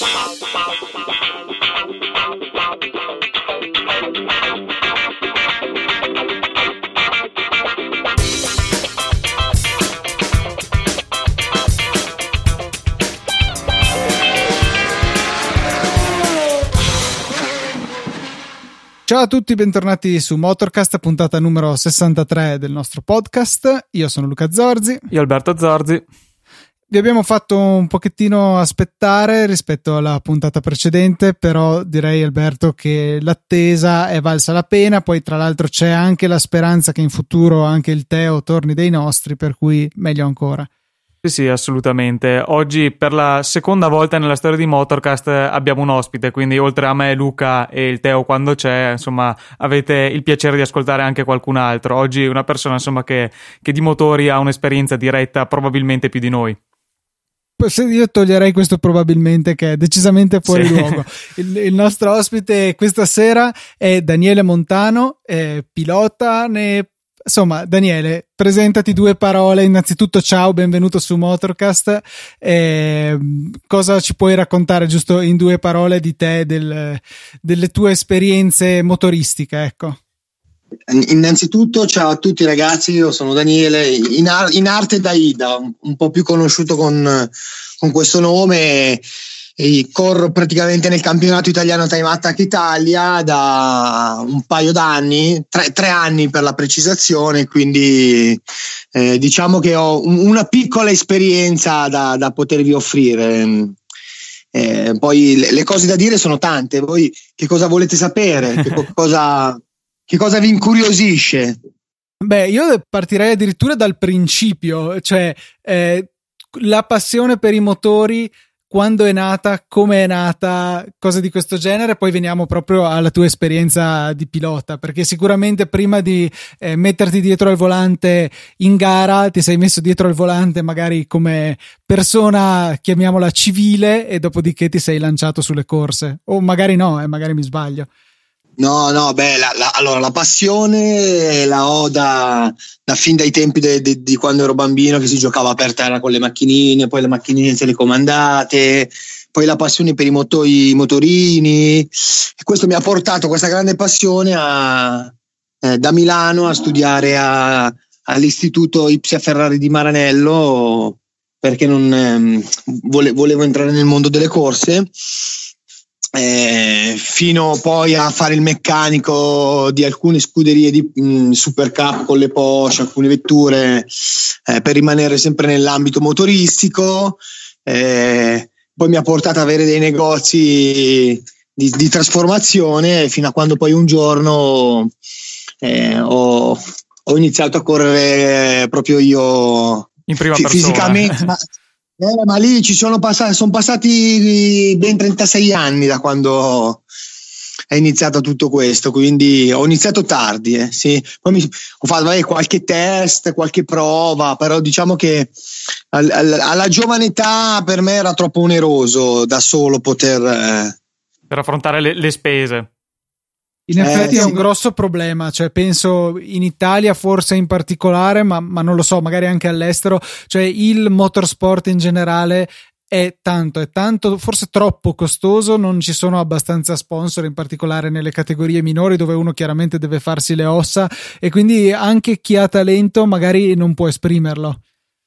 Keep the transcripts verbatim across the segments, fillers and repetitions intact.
Ciao a tutti, bentornati su Motorcast, puntata numero sessantatré del nostro podcast. Io sono Luca Zorzi. Io Alberto Zorzi. Vi abbiamo fatto un pochettino aspettare rispetto alla puntata precedente, però direi, Alberto, che l'attesa è valsa la pena. Poi tra l'altro c'è anche la speranza che in futuro anche il Teo torni dei nostri, per cui meglio ancora. Sì, sì, assolutamente. Oggi per la seconda volta nella storia di Motorcast abbiamo un ospite, quindi oltre a me, Luca e il Teo quando c'è, insomma, avete il piacere di ascoltare anche qualcun altro. Oggi una persona, insomma, che, che di motori ha un'esperienza diretta probabilmente più di noi. Io toglierei questo probabilmente, che è decisamente fuori sì. luogo. Il, il nostro ospite questa sera è Daniele Montano, è pilota, ne Insomma, Daniele, presentati due parole. Innanzitutto, ciao, benvenuto su Motorcast. Eh, cosa ci puoi raccontare, giusto in due parole, di te, del, delle tue esperienze motoristiche, ecco? Innanzitutto, ciao a tutti ragazzi, io sono Daniele, in, ar- in arte da Ida, un, un po' più conosciuto con, con questo nome. E corro praticamente nel campionato italiano Time Attack Italia da un paio d'anni, tre, tre anni per la precisazione, quindi eh, diciamo che ho un, una piccola esperienza da, da potervi offrire. Eh, poi le, le cose da dire sono tante. Voi che cosa volete sapere? Che cosa, che cosa vi incuriosisce? Beh, io partirei addirittura dal principio, cioè eh, la passione per i motori. Quando è nata, come è nata, cose di questo genere. Poi veniamo proprio alla tua esperienza di pilota, perché sicuramente prima di eh, metterti dietro al volante in gara ti sei messo dietro al volante magari come persona, chiamiamola civile, e dopodiché ti sei lanciato sulle corse, o magari no, e eh, magari mi sbaglio. No, no, beh, la, la, allora la passione la ho da, da fin dai tempi de, de, di quando ero bambino, che si giocava per terra con le macchinine, poi le macchinine telecomandate, poi la passione per i, motori, i motorini, e questo mi ha portato, questa grande passione, a, eh, da Milano a studiare a, all'istituto Ipsia Ferrari di Maranello, perché non eh, vole, volevo entrare nel mondo delle corse. Eh, fino poi a fare il meccanico di alcune scuderie di mh, Super Cup con le Porsche, alcune vetture, eh, per rimanere sempre nell'ambito motoristico. Eh, poi mi ha portato ad avere dei negozi di, di trasformazione, fino a quando poi un giorno eh, ho, ho iniziato a correre proprio io in prima f- persona fisicamente. ma, Eh, ma lì ci sono passati, sono passati ben trentasei anni da quando è iniziato tutto questo, quindi ho iniziato tardi, eh, sì. Poi mi, ho fatto vabbè, qualche test, qualche prova, però diciamo che al, al, alla giovane età per me era troppo oneroso da solo poter eh, per affrontare le, le spese. In effetti eh, è un sì. grosso problema, cioè penso in Italia forse in particolare, ma, ma non lo so, magari anche all'estero, cioè il motorsport in generale è tanto, è tanto, forse troppo costoso, non ci sono abbastanza sponsor, in particolare nelle categorie minori dove uno chiaramente deve farsi le ossa, e quindi anche chi ha talento magari non può esprimerlo.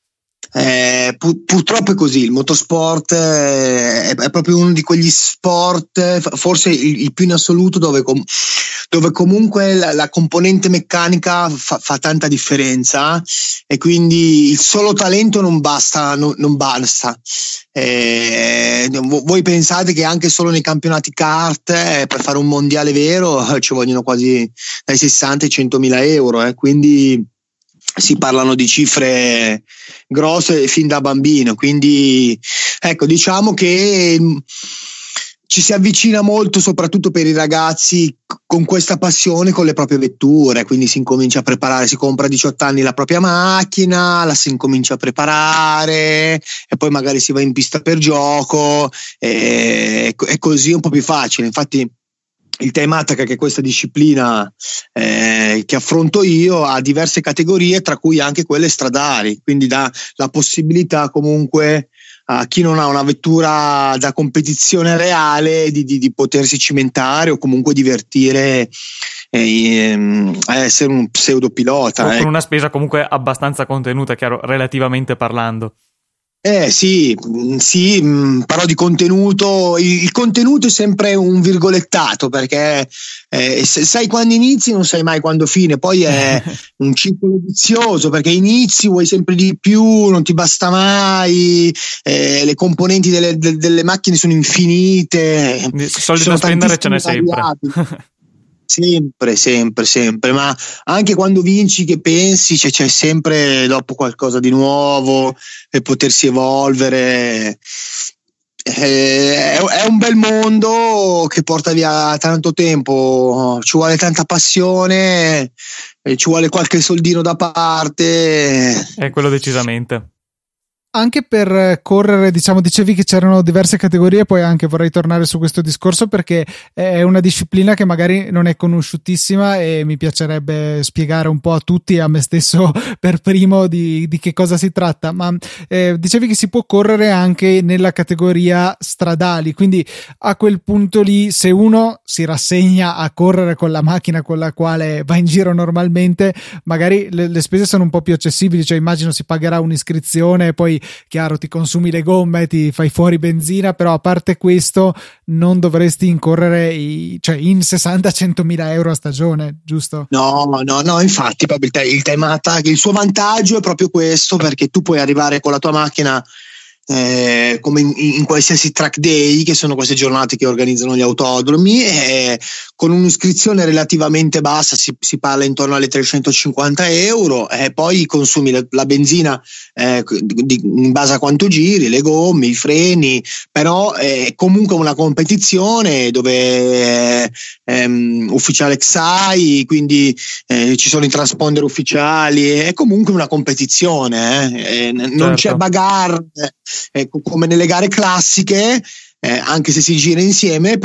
Eh, pu- purtroppo è così, il motorsport è, è proprio uno di quegli sport, forse il, il più in assoluto, dove, com- dove comunque la, la componente meccanica fa, fa tanta differenza, e quindi il solo talento non basta, no, non basta. Eh, voi pensate che anche solo nei campionati kart, eh, per fare un mondiale vero, eh, ci vogliono quasi dai sessanta ai centomila euro, eh, quindi si parlano di cifre grosse fin da bambino, quindi ecco, diciamo che ci si avvicina molto, soprattutto per i ragazzi con questa passione, con le proprie vetture, quindi si incomincia a preparare, si compra a diciotto anni la propria macchina, la si incomincia a preparare e poi magari si va in pista per gioco, e, e così è un po' più facile. Infatti il Time Attack, che è questa disciplina eh, che affronto io, ha diverse categorie, tra cui anche quelle stradali, quindi dà la possibilità comunque a chi non ha una vettura da competizione reale di, di, di potersi cimentare o comunque divertire eh, a essere un pseudopilota. Con eh. una spesa comunque abbastanza contenuta, chiaro, relativamente parlando. Eh sì, sì, però di contenuto, il, il contenuto è sempre un virgolettato, perché eh, sai quando inizi non sai mai quando fine, poi è un circolo vizioso, perché inizi, vuoi sempre di più, non ti basta mai, eh, le componenti delle, de, delle macchine sono infinite, soldi da spendere ce n'è sempre. Sempre, sempre, sempre, ma anche quando vinci che pensi c'è, c'è sempre dopo qualcosa di nuovo per potersi evolvere. È, è un bel mondo che porta via tanto tempo, ci vuole tanta passione, ci vuole qualche soldino da parte. È quello decisamente. Anche per correre, diciamo, dicevi che c'erano diverse categorie, poi anche vorrei tornare su questo discorso perché è una disciplina che magari non è conosciutissima e mi piacerebbe spiegare un po' a tutti e a me stesso per primo di, di che cosa si tratta. Ma eh, dicevi che si può correre anche nella categoria stradali, quindi a quel punto lì, se uno si rassegna a correre con la macchina con la quale va in giro normalmente, magari le, le spese sono un po' più accessibili, cioè immagino si pagherà un'iscrizione e poi chiaro ti consumi le gomme, ti fai fuori benzina, però a parte questo non dovresti incorrere i, cioè in sessanta centomila euro a stagione, giusto? No, no, no, infatti proprio il, il time attack, il suo vantaggio è proprio questo, perché tu puoi arrivare con la tua macchina Eh, come in, in qualsiasi track day, che sono queste giornate che organizzano gli autodromi, e con un'iscrizione relativamente bassa, si, si parla intorno alle trecentocinquanta euro, e poi consumi la, la benzina eh, di, in base a quanto giri, le gomme, i freni, però è comunque una competizione dove è, è um, ufficiale X I, quindi eh, ci sono i transponder ufficiali, è comunque una competizione, eh, non certo. C'è bagarre Eh, come nelle gare classiche, eh, anche se si gira insieme,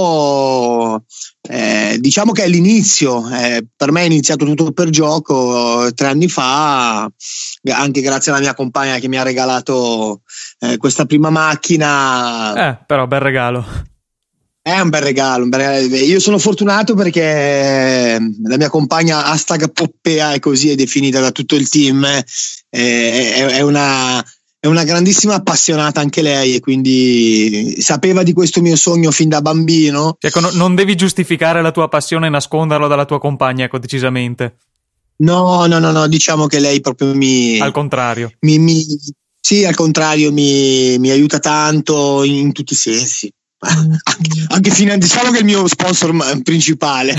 però eh, diciamo che è l'inizio. Eh, per me è iniziato tutto per gioco tre anni fa, anche grazie alla mia compagna che mi ha regalato eh, questa prima macchina. Eh, però bel regalo. È un bel regalo, un bel regalo. Io sono fortunato perché la mia compagna Astag Poppea, è così è definita da tutto il team, eh, è, è una È una grandissima appassionata anche lei, e quindi sapeva di questo mio sogno fin da bambino. Ecco, no, non devi giustificare la tua passione e nasconderlo dalla tua compagna, ecco, decisamente. No, no, no, no, diciamo che lei proprio mi... Al contrario. Mi, mi, sì, al contrario, mi, mi aiuta tanto in, in tutti i sensi. Anche, anche fino a, diciamo che è il mio sponsor principale.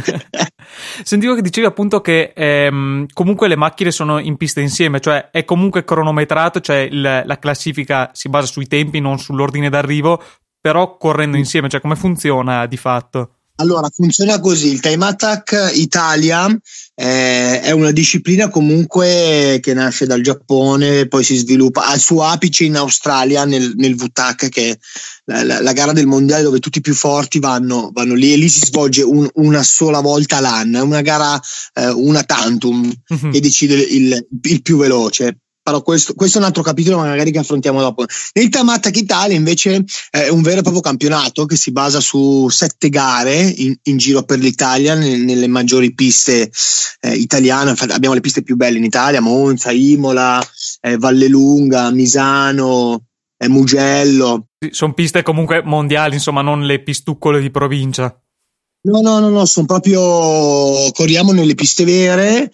Sentivo che dicevi appunto che ehm, comunque le macchine sono in pista insieme, cioè è comunque cronometrato, cioè il, la classifica si basa sui tempi, non sull'ordine d'arrivo, però correndo insieme, cioè come funziona di fatto? Allora, funziona così: il Time Attack Italia eh, è una disciplina comunque che nasce dal Giappone, poi si sviluppa al suo apice in Australia nel, nel V T A C, che è la, la, la gara del mondiale dove tutti i più forti vanno, vanno lì, e lì si svolge un, una sola volta l'anno, è una gara eh, una tantum, mm-hmm. che decide il, il più veloce. Però questo, questo è un altro capitolo magari che affrontiamo dopo. Nel Time Attack Italia invece è un vero e proprio campionato che si basa su sette gare in, in giro per l'Italia, nelle, nelle maggiori piste eh, italiane. Infatti abbiamo le piste più belle in Italia: Monza, Imola, eh, Vallelunga, Misano, eh, Mugello. Sono piste comunque mondiali, insomma, non le pistuccole di provincia. No, no, no, no, sono proprio, corriamo nelle piste vere,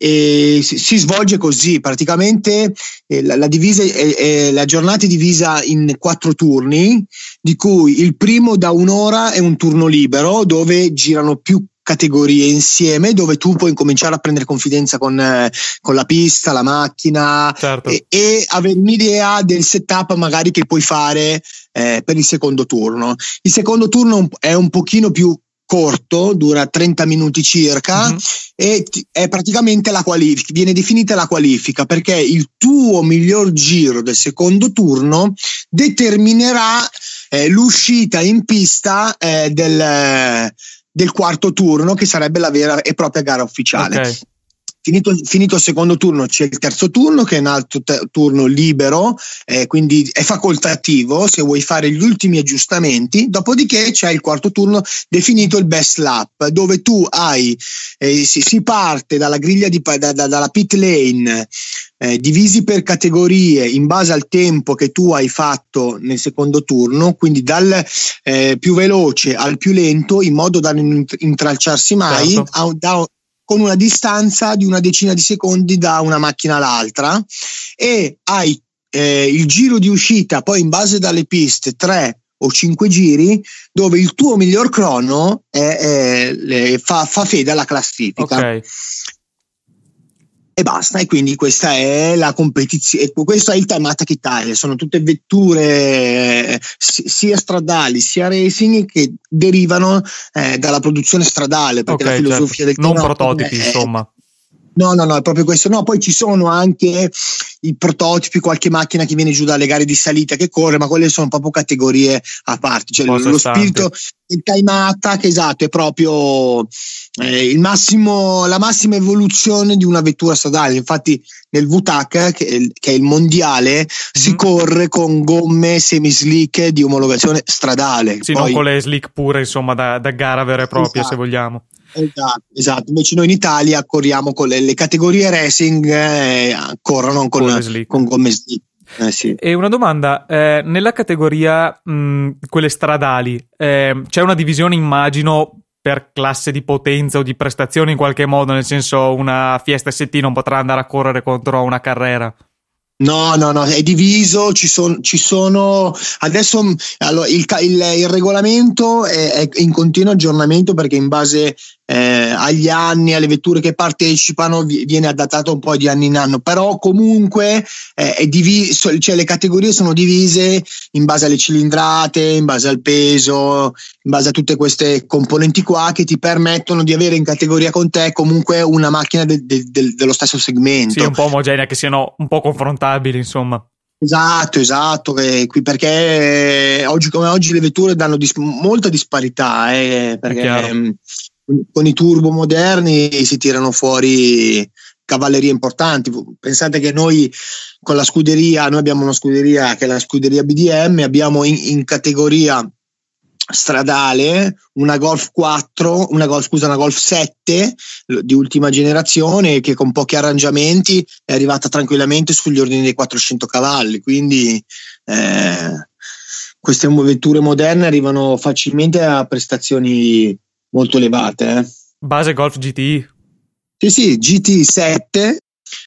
e si, si svolge così praticamente. eh, la, la, divisa è, è, la giornata è divisa in quattro turni, di cui il primo da un'ora è un turno libero dove girano più categorie insieme, dove tu puoi cominciare a prendere confidenza con, eh, con la pista, la macchina, certo. e, e avere un'idea del setup magari che puoi fare eh, per il secondo turno. Il secondo turno è un pochino più corto, dura trenta minuti circa, mm-hmm. e è praticamente la qualifica, viene definita la qualifica perché il tuo miglior giro del secondo turno determinerà eh, l'uscita in pista eh, del, del quarto turno, che sarebbe la vera e propria gara ufficiale. Okay. finito, finito il secondo turno c'è il terzo turno, che è un altro te- turno libero, eh, quindi è facoltativo se vuoi fare gli ultimi aggiustamenti. Dopodiché c'è il quarto turno definito il best lap, dove tu hai eh, si, si parte dalla griglia di da, da, dalla pit lane, eh, divisi per categorie in base al tempo che tu hai fatto nel secondo turno, quindi dal eh, più veloce al più lento, in modo da non intralciarsi mai, certo. a, da, con una distanza di una decina di secondi da una macchina all'altra, e hai eh, il giro di uscita poi in base dalle piste tre o cinque giri, dove il tuo miglior crono è, è, fa, fa fede alla classifica. Ok. E basta, e quindi questa è la competizione, questo è il Time Attack Italia, sono tutte vetture sia stradali sia racing che derivano eh, dalla produzione stradale, perché okay, la filosofia certo. del non prototipi è, insomma. No, no, no, è proprio questo. No, poi ci sono anche i prototipi, qualche macchina che viene giù dalle gare di salita che corre, ma quelle sono proprio categorie a parte. Cioè, Cosa lo stante. spirito del Time Attack, esatto, è proprio eh, il massimo, la massima evoluzione di una vettura stradale. Infatti, nel V T A C, che è, che è il mondiale, mm-hmm. si corre con gomme semi-slick di omologazione stradale. Sì, poi, non con le slick pure, insomma, da, da gara vera e propria, esatto. se vogliamo. Esatto, esatto, invece noi in Italia corriamo con le, le categorie racing, eh, corrono con, con, con gomme slick. Eh, sì. E una domanda, eh, nella categoria mh, quelle stradali, eh, c'è una divisione, immagino, per classe di potenza o di prestazione in qualche modo, nel senso una Fiesta S T non potrà andare a correre contro una Carrera? No, no, no, è diviso, ci sono, ci sono adesso allora, il, il, il regolamento è, è in continuo aggiornamento, perché in base eh, agli anni, alle vetture che partecipano, viene adattato un po' di anno in anno, però comunque eh, è diviso, cioè le categorie sono divise in base alle cilindrate, in base al peso, in base a tutte queste componenti qua che ti permettono di avere in categoria con te comunque una macchina de, de, de, dello stesso segmento. Sì, un po' omogenea, che siano un po' confrontabili, insomma. Esatto, esatto, che qui perché oggi come oggi le vetture danno dis- molta disparità, eh, perché mh, con i turbo moderni si tirano fuori cavallerie importanti. Pensate che noi con la scuderia, noi abbiamo una scuderia che è la scuderia B D M, abbiamo in, in categoria stradale una Golf quattro, una Golf, scusa, una Golf sette di ultima generazione, che con pochi arrangiamenti è arrivata tranquillamente sugli ordini dei quattrocento cavalli, quindi eh, queste vetture moderne arrivano facilmente a prestazioni molto elevate. Eh. Base Golf G T I? Sì, sì, G T sette,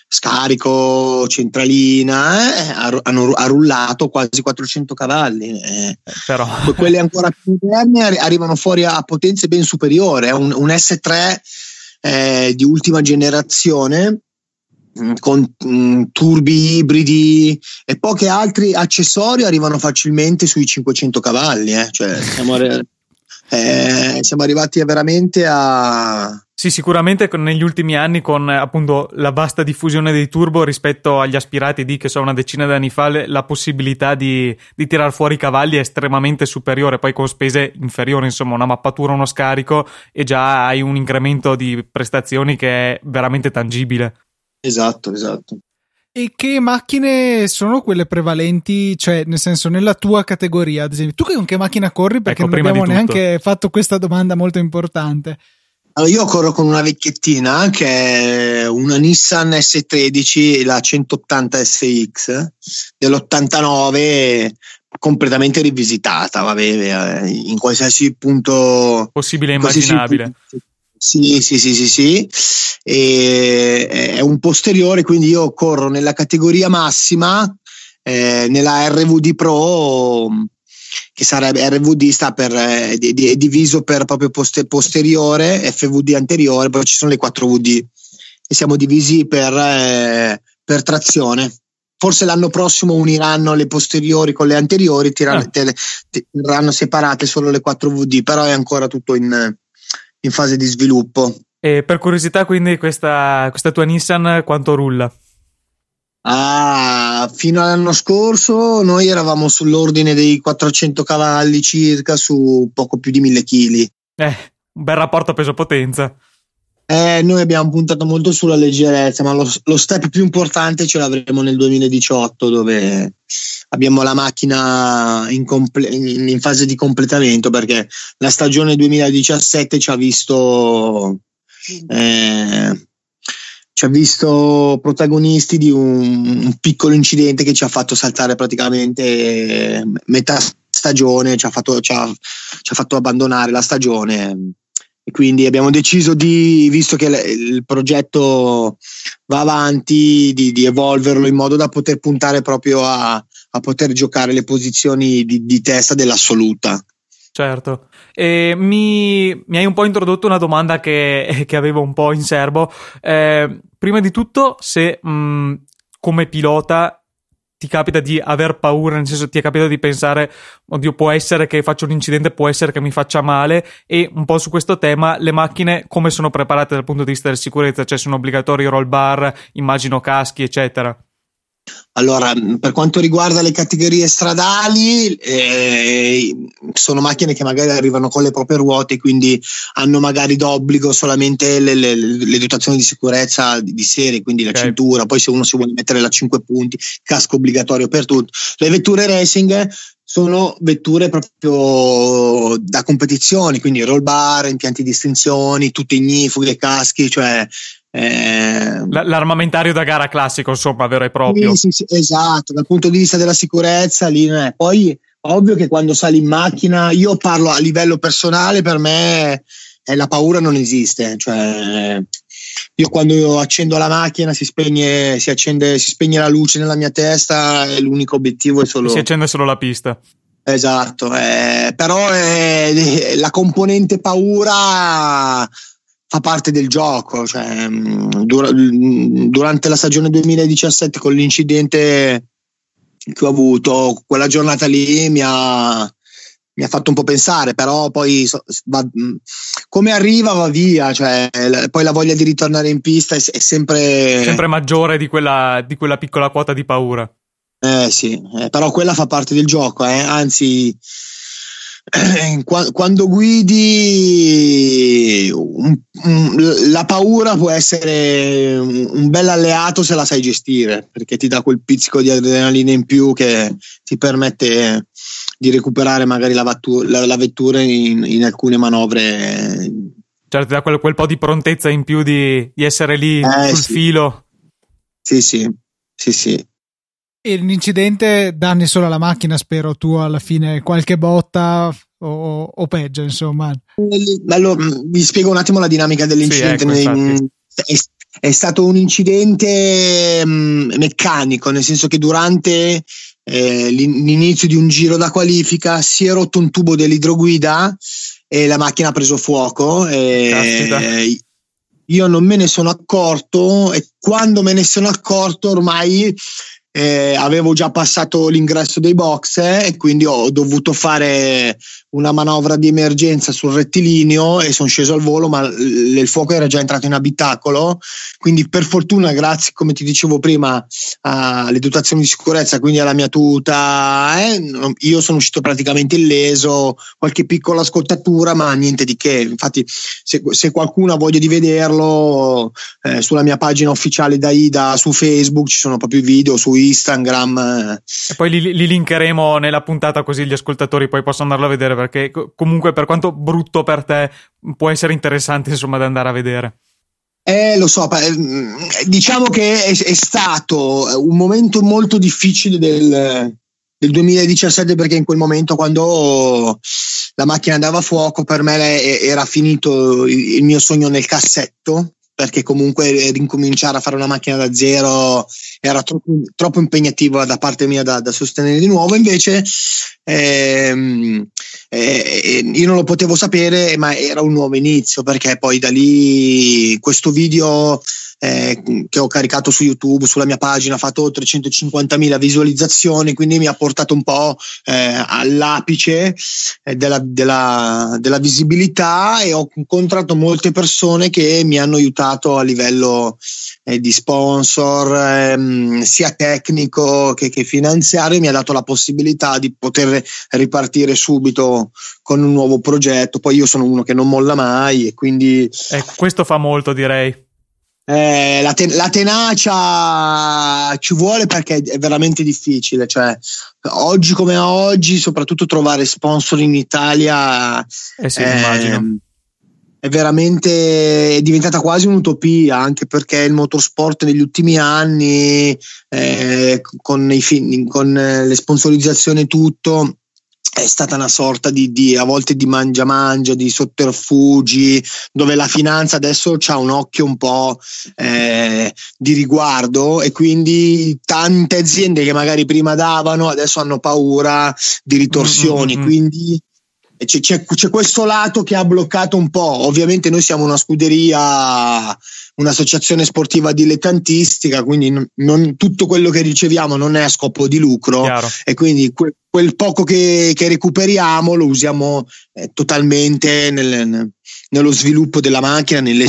scarico, centralina, eh, hanno ha rullato quasi quattrocento cavalli, eh. Però quelle ancora più moderne arrivano fuori a potenze ben superiori, eh. un, un S tre eh, di ultima generazione mh, con mh, turbi ibridi e pochi altri accessori arrivano facilmente sui cinquecento cavalli, eh. Cioè, siamo, eh, siamo arrivati veramente a... Sì, sicuramente negli ultimi anni, con appunto la vasta diffusione dei turbo rispetto agli aspirati di, che so, una decina di anni fa, la possibilità di, di tirar fuori i cavalli è estremamente superiore, poi con spese inferiori, insomma una mappatura, uno scarico, e già hai un incremento di prestazioni che è veramente tangibile. Esatto, esatto. E che macchine sono quelle prevalenti, cioè nel senso nella tua categoria, ad esempio? Tu con che macchina corri? Perché ecco, non abbiamo di neanche fatto questa domanda molto importante. Allora, io corro con una vecchiettina che è una Nissan S tredici, la centottanta S X dell'ottantanove, completamente rivisitata, vabbè, in qualsiasi punto possibile e immaginabile. Sì, sì, sì, sì, sì. E è un posteriore, quindi io corro nella categoria massima, eh, nella R V D Pro, che sarebbe R V D, sta per è diviso per proprio poster- posteriore, F V D anteriore, poi ci sono le quattro V D e siamo divisi per, eh, per trazione. Forse l'anno prossimo uniranno le posteriori con le anteriori, tiranno, ah. te, te, terranno separate solo le quattro V D, però è ancora tutto in, in fase di sviluppo. E per curiosità, quindi questa, questa tua Nissan quanto rulla? Ah, fino all'anno scorso noi eravamo sull'ordine dei quattrocento cavalli circa, su poco più di mille chili. Eh, un bel rapporto peso-potenza. Eh, noi abbiamo puntato molto sulla leggerezza, ma lo, lo step più importante ce l'avremo nel duemiladiciotto, dove abbiamo la macchina in, comple- in, in fase di completamento, perché la stagione duemiladiciassette ci ha visto eh, ci ha visto protagonisti di un, un piccolo incidente che ci ha fatto saltare praticamente metà stagione, ci ha fatto, ci ha, ci ha fatto abbandonare la stagione. E quindi abbiamo deciso di, visto che il progetto va avanti, di, di evolverlo in modo da poter puntare proprio a, a poter giocare le posizioni di, di testa dell'assoluta. Certo, e mi, mi hai un po' introdotto una domanda che, che avevo un po' in serbo. Eh, prima di tutto, se mh, come pilota ti capita di aver paura, nel senso ti è capitato di pensare oddio, può essere che faccio un incidente, può essere che mi faccia male, e un po' su questo tema le macchine come sono preparate dal punto di vista della sicurezza, cioè sono obbligatori roll bar, immagino caschi eccetera. Allora, per quanto riguarda le categorie stradali, eh, sono macchine che magari arrivano con le proprie ruote, quindi hanno magari d'obbligo solamente le, le, le dotazioni di sicurezza di, di serie, quindi la okay. cintura, poi se uno si vuole mettere la cinque punti, casco obbligatorio per tutto. Le vetture racing sono vetture proprio da competizioni, quindi roll bar, impianti di estensioni, tutte ignifughe, caschi, cioè Eh, l'armamentario da gara classico, insomma, vero e proprio. Sì, sì, sì, esatto, dal punto di vista della sicurezza lì non è. Poi ovvio che quando sali in macchina, io parlo a livello personale, per me eh, la paura non esiste, cioè io quando io accendo la macchina si spegne, si accende, si spegne la luce nella mia testa e l'unico obiettivo è solo si accende solo la pista. Esatto, eh, però eh, la componente paura fa parte del gioco, cioè, dur- durante la stagione duemiladiciassette con l'incidente che ho avuto, quella giornata lì mi ha, mi ha fatto un po' pensare, però poi so, va, come arriva va via, cioè, poi la voglia di ritornare in pista è, è sempre sempre maggiore di quella, di quella piccola quota di paura. Eh sì, eh, però quella fa parte del gioco, eh, anzi quando guidi un, un, la paura può essere un bel alleato se la sai gestire, perché ti dà quel pizzico di adrenalina in più che ti permette di recuperare magari la, vattu- la, la vettura in, in alcune manovre. Certo, ti dà quel, quel po' di prontezza in più di, di essere lì eh, sul sì. filo. Sì, sì, sì, sì. E l'incidente danni solo alla macchina, spero, tu alla fine qualche botta o, o peggio, insomma. Allora, vi spiego un attimo la dinamica dell'incidente. Sì, ecco, è, è stato un incidente mh, meccanico, nel senso che durante eh, l'inizio di un giro da qualifica si è rotto un tubo dell'idroguida e la macchina ha preso fuoco. E io non me ne sono accorto, e quando me ne sono accorto ormai Eh, avevo già passato l'ingresso dei box eh, e quindi ho dovuto fare una manovra di emergenza sul rettilineo e sono sceso al volo, ma l- il fuoco era già entrato in abitacolo, quindi per fortuna, grazie come ti dicevo prima alle dotazioni di sicurezza, quindi alla mia tuta, eh, io sono uscito praticamente illeso, qualche piccola scottatura ma niente di che. Infatti se, se qualcuno ha voglia di vederlo, eh, sulla mia pagina ufficiale da Ida su Facebook ci sono proprio i video, su Instagram, e poi li, li linkeremo nella puntata così gli ascoltatori poi possono andarlo a vedere, perché comunque per quanto brutto per te può essere interessante insomma da andare a vedere. Eh lo so, diciamo che è, è stato un momento molto difficile del, del duemiladiciassette, perché in quel momento, quando la macchina andava a fuoco, per me era finito il mio sogno nel cassetto, perché comunque rincominciare a fare una macchina da zero era troppo, troppo impegnativo da parte mia da, da sostenere di nuovo. Invece ehm, eh, io non lo potevo sapere, ma era un nuovo inizio, perché poi da lì questo video eh, che ho caricato su YouTube, sulla mia pagina, ha fatto oltre centocinquantamila visualizzazioni, quindi mi ha portato un po' eh, all'apice eh, della, della, della visibilità, e ho incontrato molte persone che mi hanno aiutato a livello eh, di sponsor, ehm, sia tecnico che, che finanziario. Mi ha dato la possibilità di poter ripartire subito con un nuovo progetto. Poi io sono uno che non molla mai, e quindi eh, questo fa molto, direi. Eh, la, ten- la tenacia ci vuole, perché è veramente difficile, cioè oggi come oggi, soprattutto trovare sponsor in Italia eh sì, eh, immagino. È veramente è diventata quasi un'utopia, anche perché il motorsport negli ultimi anni eh, con, i fin- con le sponsorizzazioni e tutto è stata una sorta di, di a volte di mangia mangia, di sotterfugi, dove la finanza adesso c'ha un occhio un po' eh, di riguardo, e quindi tante aziende che magari prima davano adesso hanno paura di ritorsioni. Mm-hmm. Quindi c'è, c'è, c'è questo lato che ha bloccato un po'. Ovviamente noi siamo una scuderia, un'associazione sportiva dilettantistica, quindi non, non tutto quello che riceviamo non è a scopo di lucro. Chiaro. E quindi que, quel poco che, che recuperiamo lo usiamo eh, totalmente nel, nello sviluppo della macchina, nelle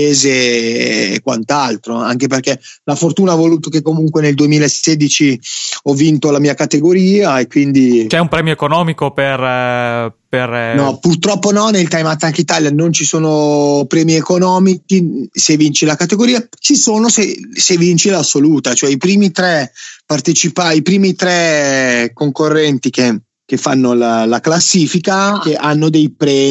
spese e quant'altro, anche perché la fortuna ha voluto che comunque nel duemilasedici ho vinto la mia categoria, e quindi c'è un premio economico per, eh, per... No, purtroppo no, nel Time Attack Italia non ci sono premi economici se vinci la categoria, ci sono se, se vinci l'assoluta, cioè i primi tre partecipa i primi tre concorrenti che, che fanno la, la classifica, che hanno dei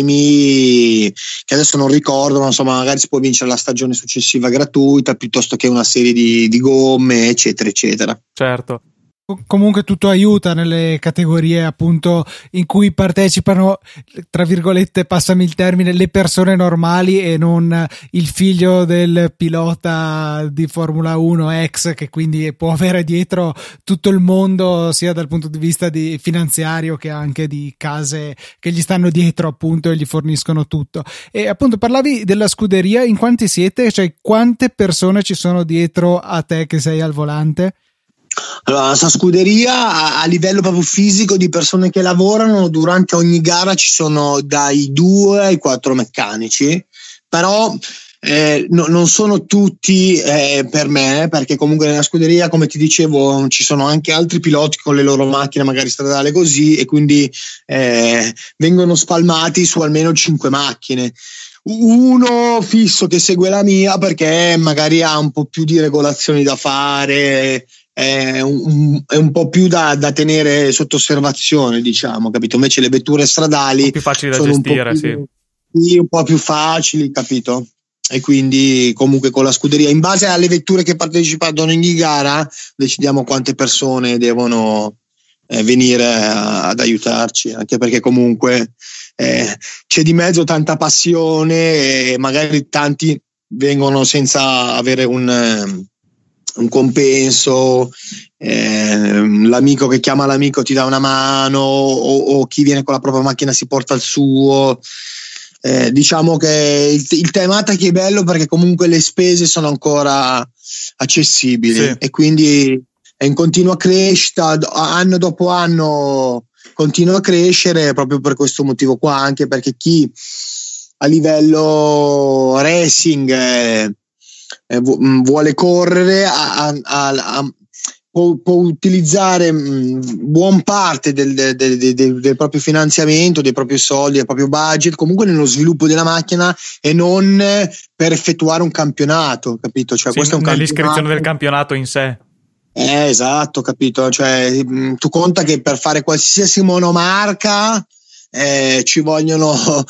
premi che adesso non ricordo, ma insomma magari si può vincere la stagione successiva gratuita, piuttosto che una serie di, di gomme, eccetera eccetera. Certo. Comunque tutto aiuta nelle categorie appunto in cui partecipano, tra virgolette, passami il termine, le persone normali, e non il figlio del pilota di Formula uno ex, che quindi può avere dietro tutto il mondo, sia dal punto di vista di finanziario che anche di case che gli stanno dietro appunto e gli forniscono tutto. E appunto parlavi della scuderia, in quanti siete? Cioè quante persone ci sono dietro a te che sei al volante? Allora, la nostra scuderia a, a livello proprio fisico di persone che lavorano durante ogni gara ci sono dai due ai quattro meccanici, però eh, no, non sono tutti eh, per me, perché comunque nella scuderia, come ti dicevo, ci sono anche altri piloti con le loro macchine magari stradali così, e quindi eh, vengono spalmati su almeno cinque macchine. Uno fisso che segue la mia perché magari ha un po' più di regolazioni da fare, è un, è un po' più da, da tenere sotto osservazione, diciamo, capito? Invece le vetture stradali un po' più facili da sono gestire, un po' più, sì. un po' più facili, capito? E quindi comunque con la scuderia, in base alle vetture che partecipano in ogni gara, decidiamo quante persone devono eh, venire a, ad aiutarci, anche perché comunque eh, c'è di mezzo tanta passione, e magari tanti vengono senza avere un un compenso, eh, l'amico che chiama l'amico ti dà una mano, o, o chi viene con la propria macchina si porta il suo. Eh, diciamo che il, il Time Attack è bello perché comunque le spese sono ancora accessibili, sì. E quindi è in continua crescita, anno dopo anno continua a crescere, proprio per questo motivo qua, anche perché chi a livello racing eh, Eh, vuole correre a, a, a, a, può, può utilizzare mh, buon parte del, del, del, del, del proprio finanziamento, dei propri soldi, del proprio budget comunque nello sviluppo della macchina, e non per effettuare un campionato, capito? Cioè, sì, questo è un nell'iscrizione del campionato in sé. Eh, esatto, capito? Cioè, mh, tu conta che per fare qualsiasi monomarca eh, ci vogliono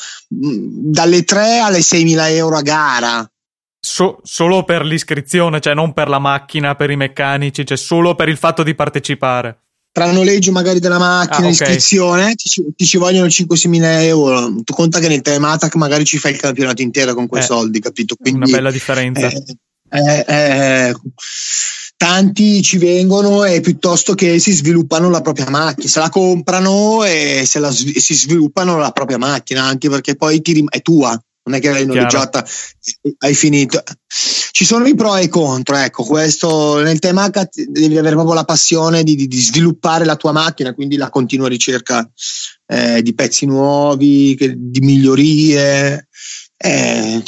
mh, dalle tre alle seimila euro a gara. So, solo per l'iscrizione, cioè non per la macchina, per i meccanici, cioè solo per il fatto di partecipare. Tra noleggio magari della macchina, ah, okay. Iscrizione, ti ci, ti ci vogliono cinque-seimila euro. Tu conta che nel Time Attack magari ci fai il campionato intero con quei eh, soldi, capito? Quindi una bella differenza. Eh, eh, eh, tanti ci vengono e piuttosto che si sviluppano la propria macchina, se la comprano e se la, si sviluppano la propria macchina, anche perché poi ti rim- è tua. non è che l'hai noleggiata e hai finito. Ci sono i pro e i contro, ecco, questo nel Temac devi avere proprio la passione di, di, di sviluppare la tua macchina, quindi la continua ricerca eh, di pezzi nuovi, che, di migliorie. Eh.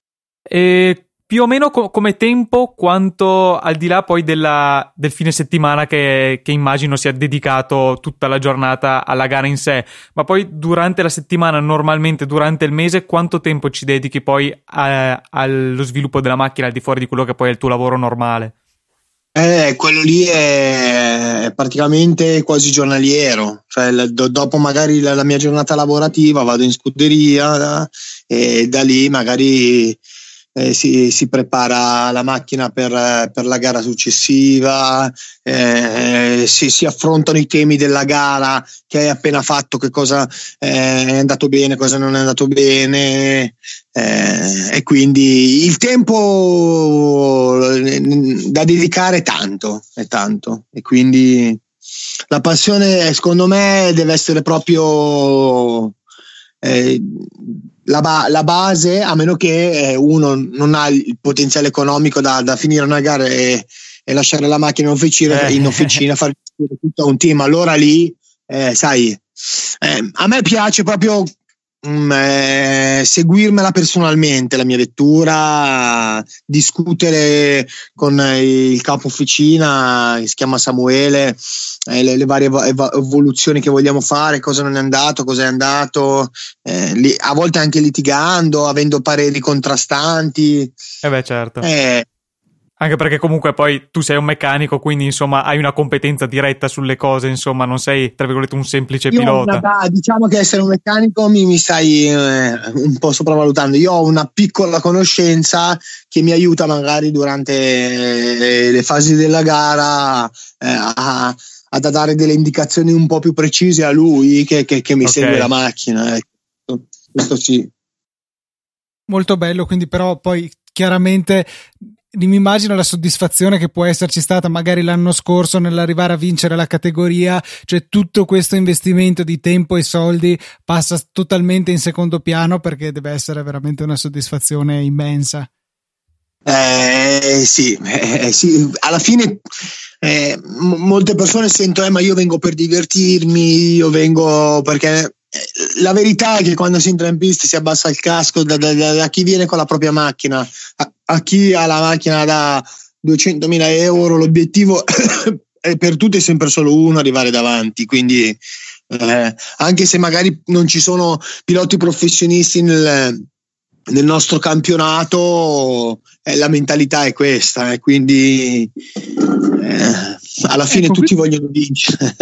E più o meno co- come tempo, quanto al di là poi della, del fine settimana che, che immagino sia dedicato tutta la giornata alla gara in sé, ma poi durante la settimana, normalmente durante il mese, quanto tempo ci dedichi poi a, allo sviluppo della macchina al di fuori di quello che poi è il tuo lavoro normale? Eh, quello lì è praticamente quasi giornaliero, cioè do, dopo magari la, la mia giornata lavorativa vado in scuderia e da lì magari Eh, si, si prepara la macchina per, per la gara successiva, eh, si, si affrontano i temi della gara che hai appena fatto, che cosa eh, è andato bene, cosa non è andato bene, eh, e quindi il tempo da dedicare è tanto, è tanto, e quindi la passione secondo me deve essere proprio eh, La, ba- la base, a meno che eh, uno non ha il potenziale economico da, da finire una gara e, e lasciare la macchina in officina, eh. in officina fare tutto un team, allora lì eh, sai eh, a me piace proprio mm, eh, seguirmela personalmente la mia vettura, discutere con il capo officina che si chiama Samuele, eh, le, le varie ev- evoluzioni che vogliamo fare, cosa non è andato, cosa è andato, eh, li, a volte anche litigando, avendo pareri contrastanti. Eh beh, certo. Eh, Anche perché comunque poi tu sei un meccanico, quindi insomma hai una competenza diretta sulle cose, insomma non sei tra virgolette un semplice io pilota. Una, diciamo che essere un meccanico mi, mi stai eh, un po' sopravvalutando. Io ho una piccola conoscenza che mi aiuta magari durante eh, le fasi della gara eh, a, a dare delle indicazioni un po' più precise a lui che, che, che mi Okay. segue la macchina. Ecco. Questo sì. Molto bello, quindi però poi chiaramente mi immagino la soddisfazione che può esserci stata magari l'anno scorso nell'arrivare a vincere la categoria, cioè tutto questo investimento di tempo e soldi passa totalmente in secondo piano perché deve essere veramente una soddisfazione immensa. Eh, sì, eh, sì, alla fine eh, m- molte persone sentono eh, ma io vengo per divertirmi, io vengo perché la verità è che quando si entra in pista si abbassa il casco da, da, da chi viene con la propria macchina a, a chi ha la macchina da duecentomila euro. L'obiettivo è per tutti è sempre solo uno, arrivare davanti, quindi eh, anche se magari non ci sono piloti professionisti nel, nel nostro campionato, eh, la mentalità è questa, e eh, quindi eh, alla fine ecco, tutti qui... vogliono vincere.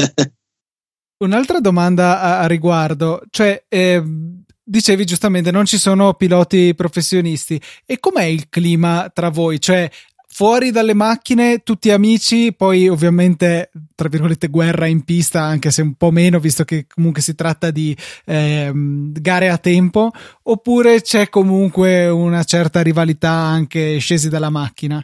Un'altra domanda a, a riguardo, cioè eh, dicevi giustamente non ci sono piloti professionisti, e com'è il clima tra voi? Cioè fuori dalle macchine tutti amici, poi ovviamente tra virgolette guerra in pista, anche se un po' meno visto che comunque si tratta di eh, gare a tempo, oppure c'è comunque una certa rivalità anche scesi dalla macchina?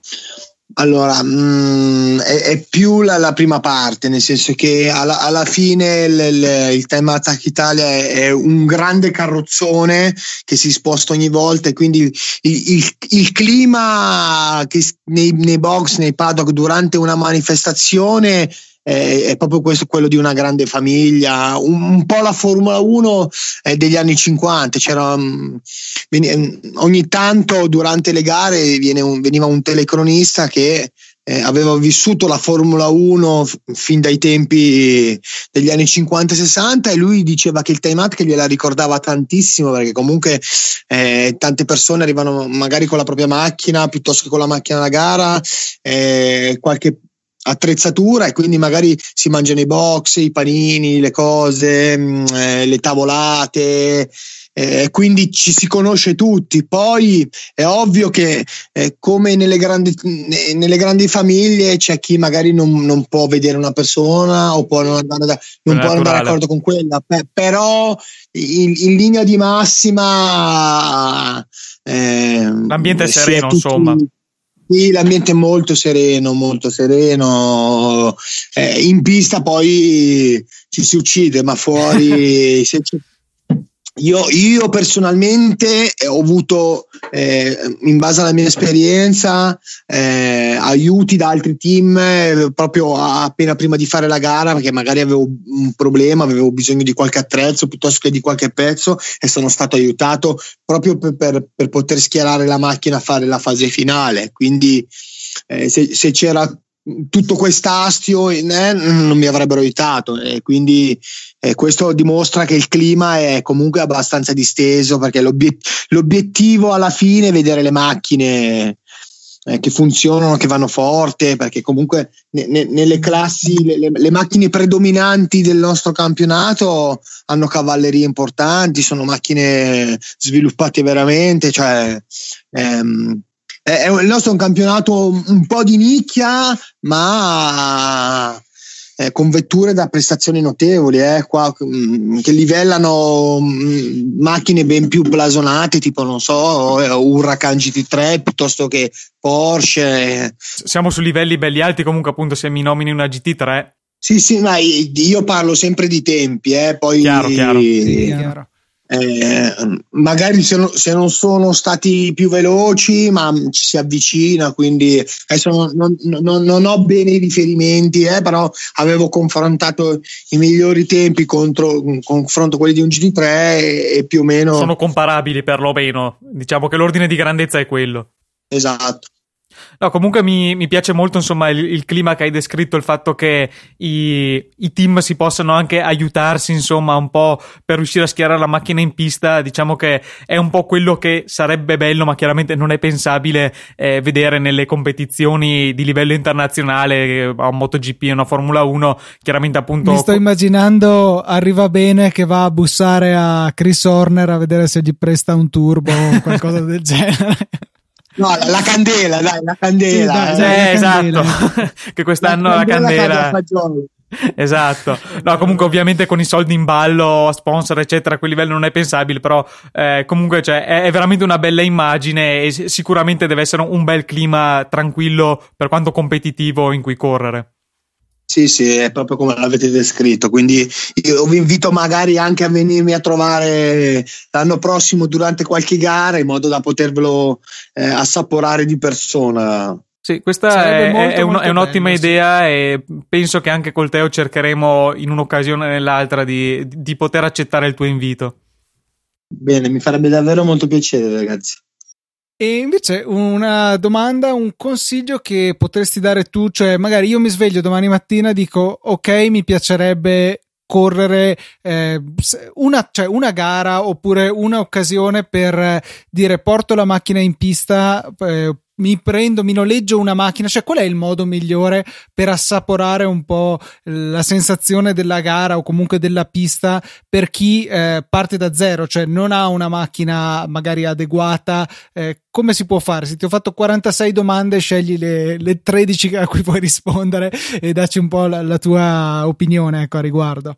Allora, mh, è, è più la, la prima parte, nel senso che alla, alla fine il, il, il Temac Italia è, è un grande carrozzone che si sposta ogni volta, e quindi il, il, il clima che nei, nei box, nei paddock durante una manifestazione è, è proprio questo, quello di una grande famiglia, un, un po' la Formula uno è degli anni cinquanta. C'era um, ogni tanto durante le gare viene un, veniva un telecronista che eh, aveva vissuto la Formula uno f- fin dai tempi degli anni cinquanta sessanta, e lui diceva che il Temac gliela ricordava tantissimo, perché comunque eh, tante persone arrivano magari con la propria macchina piuttosto che con la macchina da gara, eh, qualche attrezzatura, e quindi magari si mangiano i box, i panini, le cose, mh, eh, le tavolate, eh, quindi ci si conosce tutti. Poi è ovvio che eh, come nelle grandi, nelle grandi famiglie c'è chi magari non, non può vedere una persona o può non andare, da, non può andare d'accordo con quella, P- però in, in linea di massima eh, l'ambiente è sereno, tutti, insomma. Sì, l'ambiente è molto sereno, molto sereno. Eh, in pista poi ci si uccide, ma fuori se c'è, Io, io personalmente ho avuto, eh, in base alla mia esperienza, eh, aiuti da altri team eh, proprio appena prima di fare la gara, perché magari avevo un problema, avevo bisogno di qualche attrezzo piuttosto che di qualche pezzo, e sono stato aiutato proprio per, per, per poter schierare la macchina a fare la fase finale. Quindi eh, se, se c'era tutto quest'astio eh, non mi avrebbero aiutato, e quindi eh, questo dimostra che il clima è comunque abbastanza disteso, perché l'obiet- l'obiettivo alla fine è vedere le macchine eh, che funzionano, che vanno forte, perché comunque ne- ne- nelle classi le-, le-, le macchine predominanti del nostro campionato hanno cavallerie importanti, sono macchine sviluppate veramente, cioè ehm, il nostro è un campionato un po' di nicchia, ma eh, con vetture da prestazioni notevoli, eh, qua, mh, che livellano mh, macchine ben più blasonate, tipo non so, Huracan G T tre piuttosto che Porsche. Siamo su livelli belli alti comunque, appunto, se mi nomini una G T tre. Sì, sì, ma io parlo sempre di tempi, eh, poi chiaro, chiaro. Sì, chiaro. Eh, magari se, no, se non sono stati più veloci, ma ci si avvicina, quindi adesso non, non, non ho bene i riferimenti, eh, però avevo confrontato i migliori tempi contro confronto quelli di un G T tre e, e più o meno sono comparabili, perlomeno, diciamo che l'ordine di grandezza è quello. Esatto. No, comunque mi, mi piace molto, insomma, il, il clima che hai descritto, il fatto che i, i team si possano anche aiutarsi, insomma, un po' per riuscire a schierare la macchina in pista. Diciamo che è un po' quello che sarebbe bello, ma chiaramente non è pensabile eh, vedere nelle competizioni di livello internazionale, a un MotoGP e una Formula uno, chiaramente appunto... Mi sto immaginando Arriva Bene che va a bussare a Chris Horner a vedere se gli presta un turbo o qualcosa del genere. No, la, la candela, dai, la candela. Sì, dai, eh, dai, la esatto. Candela. Che quest'anno la candela. La candela... Esatto. No, comunque ovviamente con i soldi in ballo, sponsor eccetera, a quel livello non è pensabile, però eh, comunque cioè, è, è veramente una bella immagine e sicuramente deve essere un bel clima tranquillo per quanto competitivo in cui correre. Sì, sì, è proprio come l'avete descritto, quindi io vi invito magari anche a venirmi a trovare l'anno prossimo durante qualche gara, in modo da potervelo eh, assaporare di persona. Sì, questa è, molto, è, un, è un'ottima bello, idea, sì. E penso che anche col Teo cercheremo in un'occasione o nell'altra di, di poter accettare il tuo invito. Bene, mi farebbe davvero molto piacere, ragazzi. E invece una domanda, un consiglio che potresti dare tu, cioè magari io mi sveglio domani mattina e dico ok, mi piacerebbe correre eh, una, cioè una gara oppure una occasione per dire porto la macchina in pista, eh, mi prendo, mi noleggio una macchina, cioè qual è il modo migliore per assaporare un po' la sensazione della gara o comunque della pista per chi eh, parte da zero, cioè non ha una macchina magari adeguata, eh, come si può fare? Se ti ho fatto quarantasei domande, scegli le, le tredici a cui puoi rispondere e dacci un po' la, la tua opinione, ecco, a riguardo.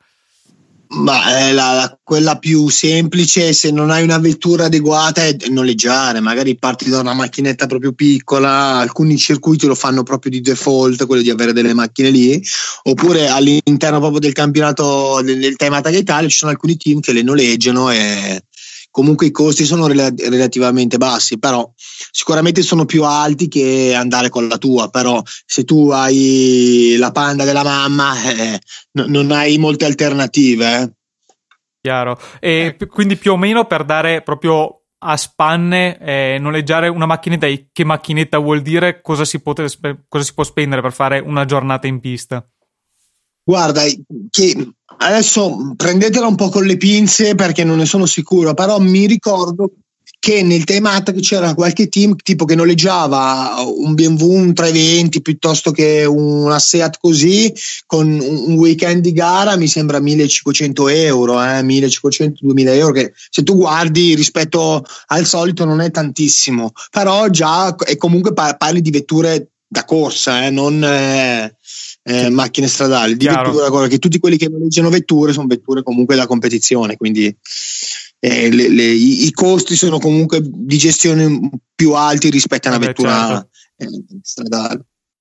Ma è la, la, quella più semplice, se non hai una vettura adeguata, è noleggiare. Magari parti da una macchinetta proprio piccola, alcuni circuiti lo fanno proprio di default, quello di avere delle macchine lì, oppure all'interno proprio del campionato del, del Taimata Italia ci sono alcuni team che le noleggiano e comunque i costi sono rel- relativamente bassi, però sicuramente sono più alti che andare con la tua. Però se tu hai la Panda della mamma eh, n- non hai molte alternative, eh. Chiaro. E eh. quindi più o meno, per dare proprio a spanne, eh, noleggiare una macchinetta, che macchinetta vuol dire, cosa si, pote- cosa si può spendere per fare una giornata in pista? Guarda, che adesso prendetela un po' con le pinze perché non ne sono sicuro, però mi ricordo che nel Taimata c'era qualche team tipo che noleggiava un B M W, un trecentoventi piuttosto che una Seat così, con un weekend di gara mi sembra millecinquecento euro, eh, millecinquecento duemila euro, che se tu guardi rispetto al solito non è tantissimo, però già e comunque parli di vetture da corsa, eh, non eh, eh, macchine stradali, di Chiaro. vettura, che tutti quelli che noleggiano vetture sono vetture comunque da competizione, quindi eh, le, le, i, i costi sono comunque di gestione più alti rispetto a una Vabbè, vettura certo. eh, stradale.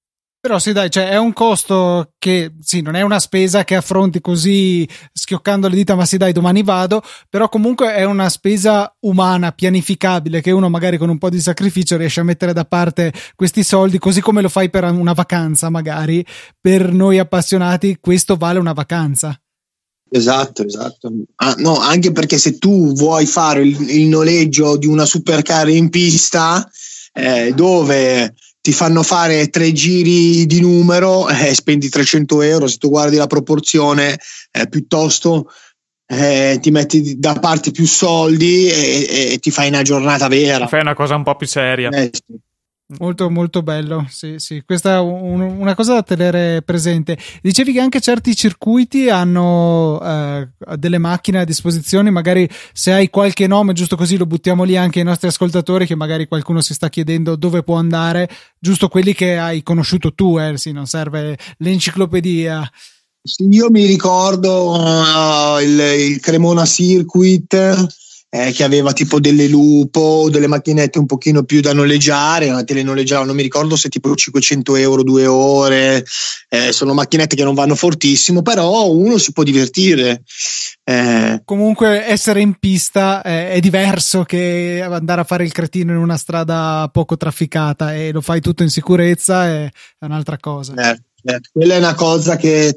Però sì, dai, cioè è un costo che sì, non è una spesa che affronti così schioccando le dita, ma sì, dai, domani vado, però comunque è una spesa umana, pianificabile, che uno magari con un po' di sacrificio riesce a mettere da parte questi soldi, così come lo fai per una vacanza magari. Per noi appassionati questo vale una vacanza. Esatto, esatto. Ah, no, anche perché se tu vuoi fare il, il noleggio di una supercar in pista, eh, dove ti fanno fare tre giri di numero, eh, spendi trecento euro. Se tu guardi la proporzione, eh, piuttosto eh, ti metti da parte più soldi e, e ti fai una giornata vera. Fai una cosa un po' più seria. Eh, sì. Molto molto bello, sì sì, questa è un, una cosa da tenere presente. Dicevi che anche certi circuiti hanno eh, delle macchine a disposizione, magari se hai qualche nome, giusto così lo buttiamo lì anche ai nostri ascoltatori, che magari qualcuno si sta chiedendo dove può andare, giusto quelli che hai conosciuto tu, eh, sì, non serve l'enciclopedia. Io mi ricordo uh, il, il Cremona Circuit, Eh, che aveva tipo delle Lupo, delle macchinette un pochino più da noleggiare, te le noleggiavano, non mi ricordo se tipo cinquecento euro due ore, eh, sono macchinette che non vanno fortissimo, però uno si può divertire. Eh. Comunque essere in pista è, è diverso che andare a fare il cretino in una strada poco trafficata, e lo fai tutto in sicurezza, è, è un'altra cosa. Eh, eh, quella è una cosa che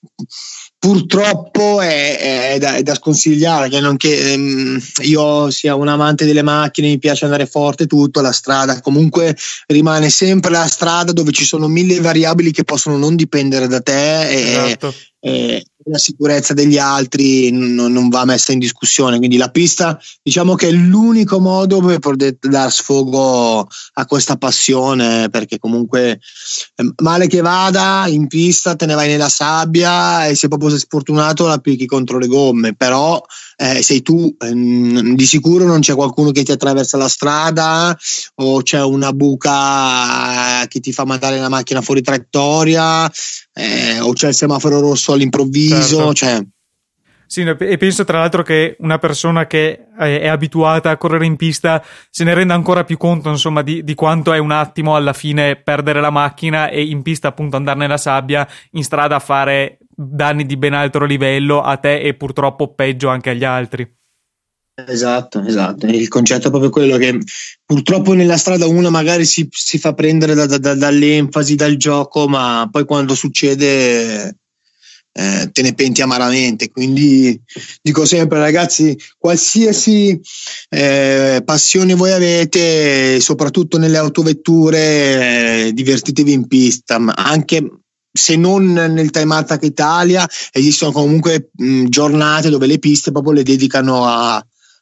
purtroppo è, è, da, è da sconsigliare, che non che ehm, io sia un amante delle macchine, mi piace andare forte, tutto, la strada comunque rimane sempre la strada dove ci sono mille variabili che possono non dipendere da te, e, esatto. e la sicurezza degli altri non, non va messa in discussione, quindi la pista diciamo che è l'unico modo per poter dar sfogo a questa passione, perché comunque male che vada in pista te ne vai nella sabbia e se proprio sei sfortunato la picchi contro le gomme, però eh, sei tu, ehm, di sicuro non c'è qualcuno che ti attraversa la strada o c'è una buca che ti fa mandare la macchina fuori traiettoria, eh, o c'è il semaforo rosso all'improvviso, certo. Cioè sì, e penso tra l'altro che una persona che è abituata a correre in pista se ne renda ancora più conto, insomma, di, di quanto è un attimo alla fine perdere la macchina e in pista appunto andare nella sabbia, in strada a fare danni di ben altro livello a te e purtroppo peggio anche agli altri. Esatto, esatto. Il concetto è proprio quello che purtroppo nella strada uno magari si, si fa prendere da, da, dall'enfasi, dal gioco, ma poi quando succede Eh, te ne penti amaramente. Quindi dico sempre, ragazzi, qualsiasi eh, passione voi avete, soprattutto nelle autovetture, eh, divertitevi in pista, ma anche se non nel Time Attack Italia esistono comunque mh, giornate dove le piste proprio le dedicano a,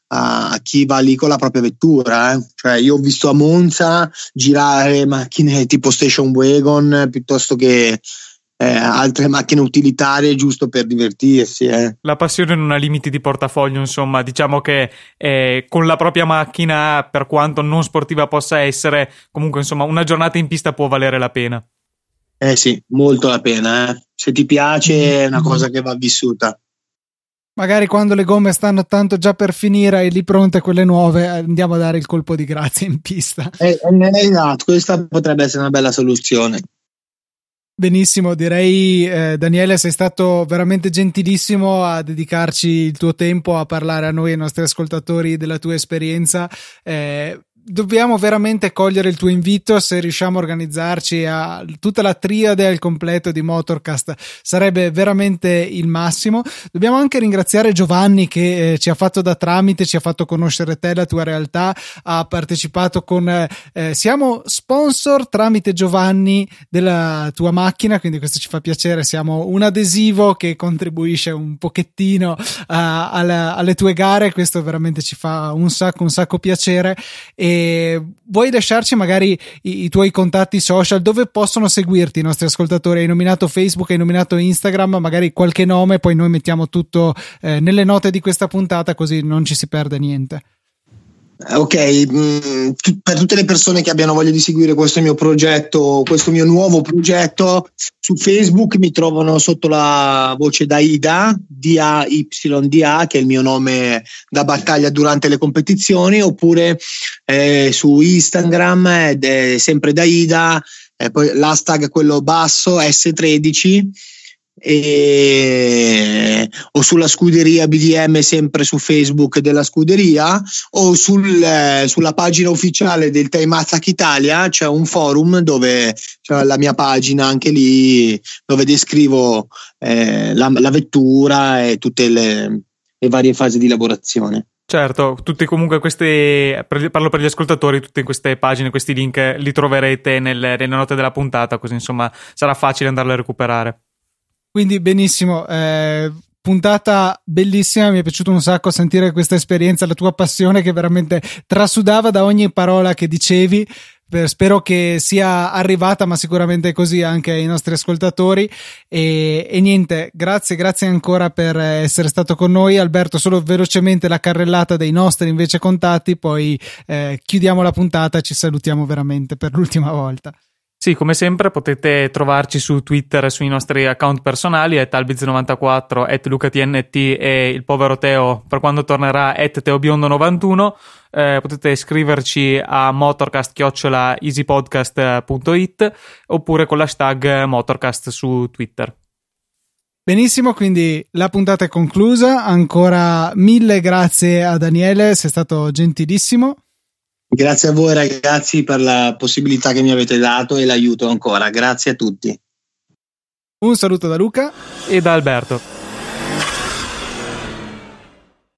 a chi va lì con la propria vettura, eh. Cioè io ho visto a Monza girare macchine tipo station wagon piuttosto che Eh, altre macchine utilitarie giusto per divertirsi. Eh. La passione non ha limiti di portafoglio, insomma, diciamo che eh, con la propria macchina, per quanto non sportiva possa essere, comunque insomma una giornata in pista può valere la pena. Eh sì, molto la pena, eh. Se ti piace è una cosa che va vissuta. Magari quando le gomme stanno tanto già per finire e lì pronte quelle nuove, andiamo a dare il colpo di grazia in pista. Eh, eh, esatto, questa potrebbe essere una bella soluzione. Benissimo, direi eh, Daniele, sei stato veramente gentilissimo a dedicarci il tuo tempo a parlare a noi e ai nostri ascoltatori della tua esperienza. Eh, dobbiamo veramente cogliere il tuo invito, se riusciamo a organizzarci a tutta la triade al completo di Motorcast sarebbe veramente il massimo. Dobbiamo anche ringraziare Giovanni che eh, ci ha fatto da tramite, ci ha fatto conoscere te, la tua realtà, ha partecipato con eh, siamo sponsor tramite Giovanni della tua macchina, quindi questo ci fa piacere, siamo un adesivo che contribuisce un pochettino uh, alla, alle tue gare, questo veramente ci fa un sacco un sacco piacere. E vuoi lasciarci magari i, i tuoi contatti social, dove possono seguirti i nostri ascoltatori? Hai nominato Facebook, hai nominato Instagram, magari qualche nome, poi noi mettiamo tutto eh, nelle note di questa puntata così non ci si perde niente. Ok, mh, t- per tutte le persone che abbiano voglia di seguire questo mio progetto, questo mio nuovo progetto, su Facebook mi trovano sotto la voce Daida, D A Y D A, che è il mio nome da battaglia durante le competizioni, oppure eh, su Instagram ed è sempre Daida, e poi l'hashtag quello basso S tredici, e o sulla scuderia B D M sempre su Facebook della scuderia, o sul, eh, sulla pagina ufficiale del Time Attack Italia c'è un forum dove c'è la mia pagina, anche lì, dove descrivo eh, la, la vettura e tutte le, le varie fasi di lavorazione. Certo, tutti comunque questi, parlo per gli ascoltatori, tutte queste pagine, questi link li troverete nelle, nelle note della puntata, così insomma sarà facile andarle a recuperare. Quindi benissimo, eh, puntata bellissima, mi è piaciuto un sacco sentire questa esperienza, la tua passione che veramente trasudava da ogni parola che dicevi. Spero che sia arrivata, ma sicuramente così anche ai nostri ascoltatori, e, e niente, grazie grazie ancora per essere stato con noi. Alberto, solo velocemente la carrellata dei nostri invece contatti, poi eh, chiudiamo la puntata e ci salutiamo veramente per l'ultima volta. Sì, come sempre potete trovarci su Twitter, sui nostri account personali, at albiz novantaquattro, at lucatnt, e il povero Teo, per quando tornerà, at teobiondo novantuno. Eh, potete scriverci a motorcast chiocciola easypodcast punto it oppure con l'hashtag motorcast su Twitter. Benissimo, quindi la puntata è conclusa. Ancora mille grazie a Daniele, sei stato gentilissimo. Grazie a voi ragazzi per la possibilità che mi avete dato e l'aiuto ancora. Grazie a tutti. Un saluto da Luca e da Alberto.